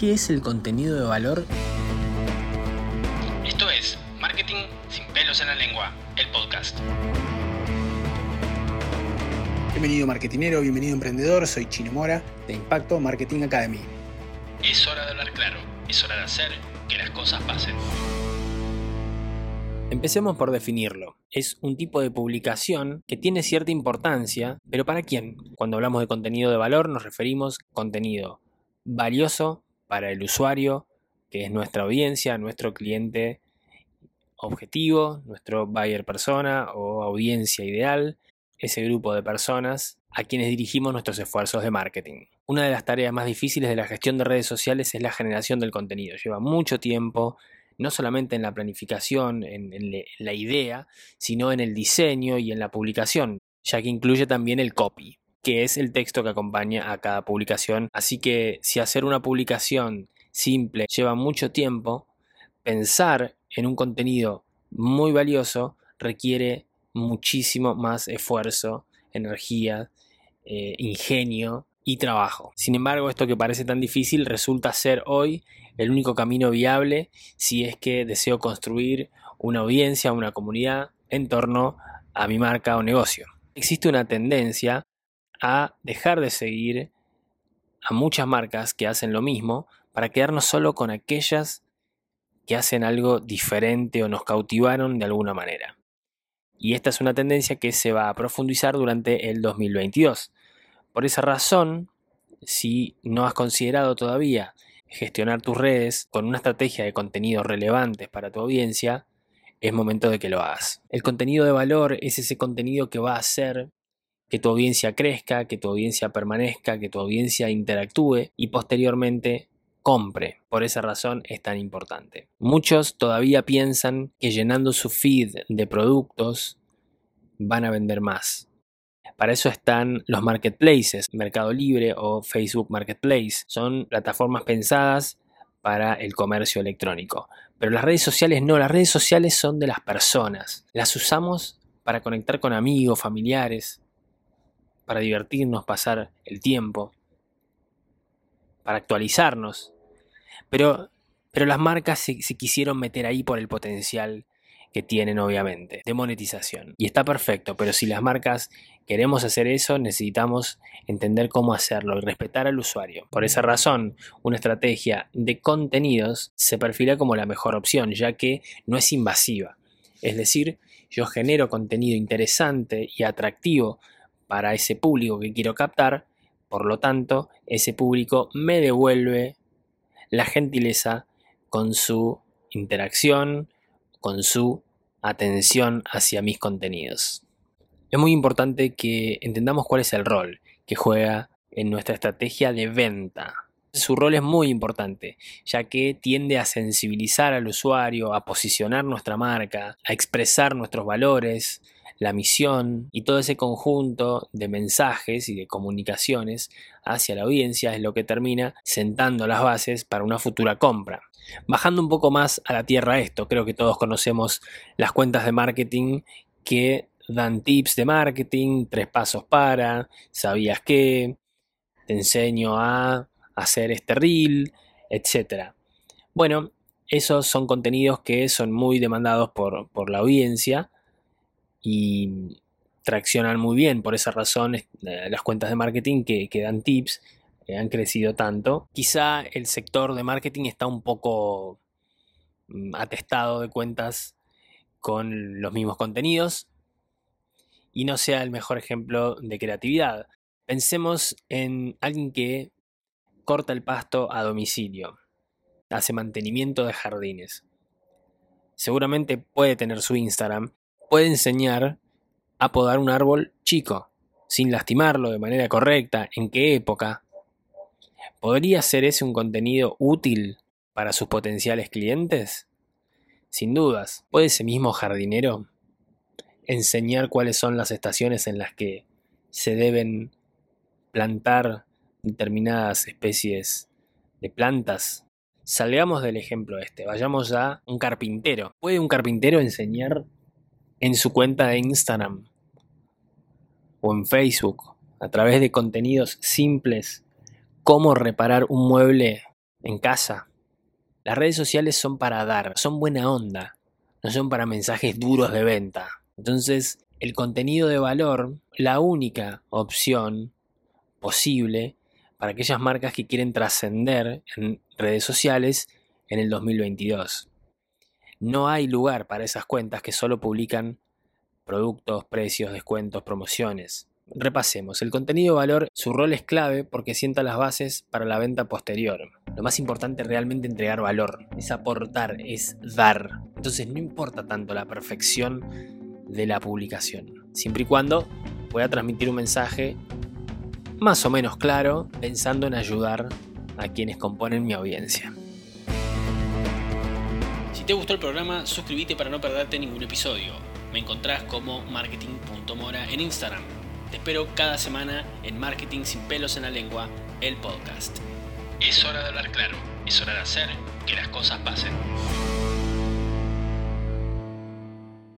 ¿Qué es el contenido de valor? Esto es Marketing sin pelos en la lengua, el podcast. Bienvenido marketinero, bienvenido emprendedor, soy Chino Mora de Impacto Marketing Academy. Es hora de hablar claro, es hora de hacer que las cosas pasen. Empecemos por definirlo. Es un tipo de publicación que tiene cierta importancia, pero ¿para quién? Cuando hablamos de contenido de valor nos referimos a contenido valioso para el usuario, que es nuestra audiencia, nuestro cliente objetivo, nuestro buyer persona o audiencia ideal, ese grupo de personas a quienes dirigimos nuestros esfuerzos de marketing. Una de las tareas más difíciles de la gestión de redes sociales es la generación del contenido. Lleva mucho tiempo, no solamente en la planificación, en la idea, sino en el diseño y en la publicación, ya que incluye también el copy, que es el texto que acompaña a cada publicación. Así que si hacer una publicación simple lleva mucho tiempo, pensar en un contenido muy valioso requiere muchísimo más esfuerzo, energía, ingenio y trabajo. Sin embargo, esto que parece tan difícil resulta ser hoy el único camino viable si es que deseo construir una audiencia, una comunidad en torno a mi marca o negocio. Existe una tendencia a dejar de seguir a muchas marcas que hacen lo mismo para quedarnos solo con aquellas que hacen algo diferente o nos cautivaron de alguna manera. Y esta es una tendencia que se va a profundizar durante el 2022. Por esa razón, si no has considerado todavía gestionar tus redes con una estrategia de contenidos relevantes para tu audiencia, es momento de que lo hagas. El contenido de valor es ese contenido que va a hacer que tu audiencia crezca, que tu audiencia permanezca, que tu audiencia interactúe y posteriormente compre. Por esa razón es tan importante. Muchos todavía piensan que llenando su feed de productos van a vender más. Para eso están los marketplaces, Mercado Libre o Facebook Marketplace. Son plataformas pensadas para el comercio electrónico. Pero las redes sociales no, las redes sociales son de las personas. Las usamos para conectar con amigos, familiares, para divertirnos, pasar el tiempo, para actualizarnos. Pero las marcas se quisieron meter ahí por el potencial que tienen, obviamente, de monetización. Y está perfecto, pero si las marcas queremos hacer eso, necesitamos entender cómo hacerlo y respetar al usuario. Por esa razón, una estrategia de contenidos se perfila como la mejor opción, ya que no es invasiva. Es decir, yo genero contenido interesante y atractivo para ese público que quiero captar, por lo tanto, ese público me devuelve la gentileza con su interacción, con su atención hacia mis contenidos. Es muy importante que entendamos cuál es el rol que juega en nuestra estrategia de venta. Su rol es muy importante, ya que tiende a sensibilizar al usuario, a posicionar nuestra marca, a expresar nuestros valores, la misión y todo ese conjunto de mensajes y de comunicaciones hacia la audiencia es lo que termina sentando las bases para una futura compra. Bajando un poco más a la tierra esto, creo que todos conocemos las cuentas de marketing que dan tips de marketing, 3 pasos para, sabías qué, te enseño a hacer este reel, etc. Bueno, esos son contenidos que son muy demandados por la audiencia y traccionan muy bien. Por esa razón las cuentas de marketing que dan tips han crecido tanto. Quizá el sector de marketing está un poco atestado de cuentas con los mismos contenidos y no sea el mejor ejemplo de creatividad. Pensemos en alguien que corta el pasto a domicilio, hace mantenimiento de jardines. Seguramente puede tener su Instagram, puede enseñar a podar un árbol chico, sin lastimarlo de manera correcta, en qué época. ¿Podría ser ese un contenido útil para sus potenciales clientes? Sin dudas. ¿Puede ese mismo jardinero enseñar cuáles son las estaciones en las que se deben plantar determinadas especies de plantas? Salgamos del ejemplo vayamos a un carpintero. ¿Puede un carpintero enseñar en su cuenta de Instagram o en Facebook, a través de contenidos simples, cómo reparar un mueble en casa. Las redes sociales son para dar, son buena onda, no son para mensajes duros de venta. Entonces, el contenido de valor, la única opción posible para aquellas marcas que quieren trascender en redes sociales en el 2022. No hay lugar para esas cuentas que solo publican productos, precios, descuentos, promociones. Repasemos. El contenido de valor, su rol es clave porque sienta las bases para la venta posterior. Lo más importante es realmente entregar valor, es aportar, es dar. Entonces no importa tanto la perfección de la publicación, siempre y cuando pueda transmitir un mensaje más o menos claro, pensando en ayudar a quienes componen mi audiencia. Si te gustó el programa, suscríbete para no perderte ningún episodio. Me encontrás como marketing.mora en Instagram. Te espero cada semana en Marketing sin pelos en la lengua, el podcast. Es hora de hablar claro, es hora de hacer que las cosas pasen.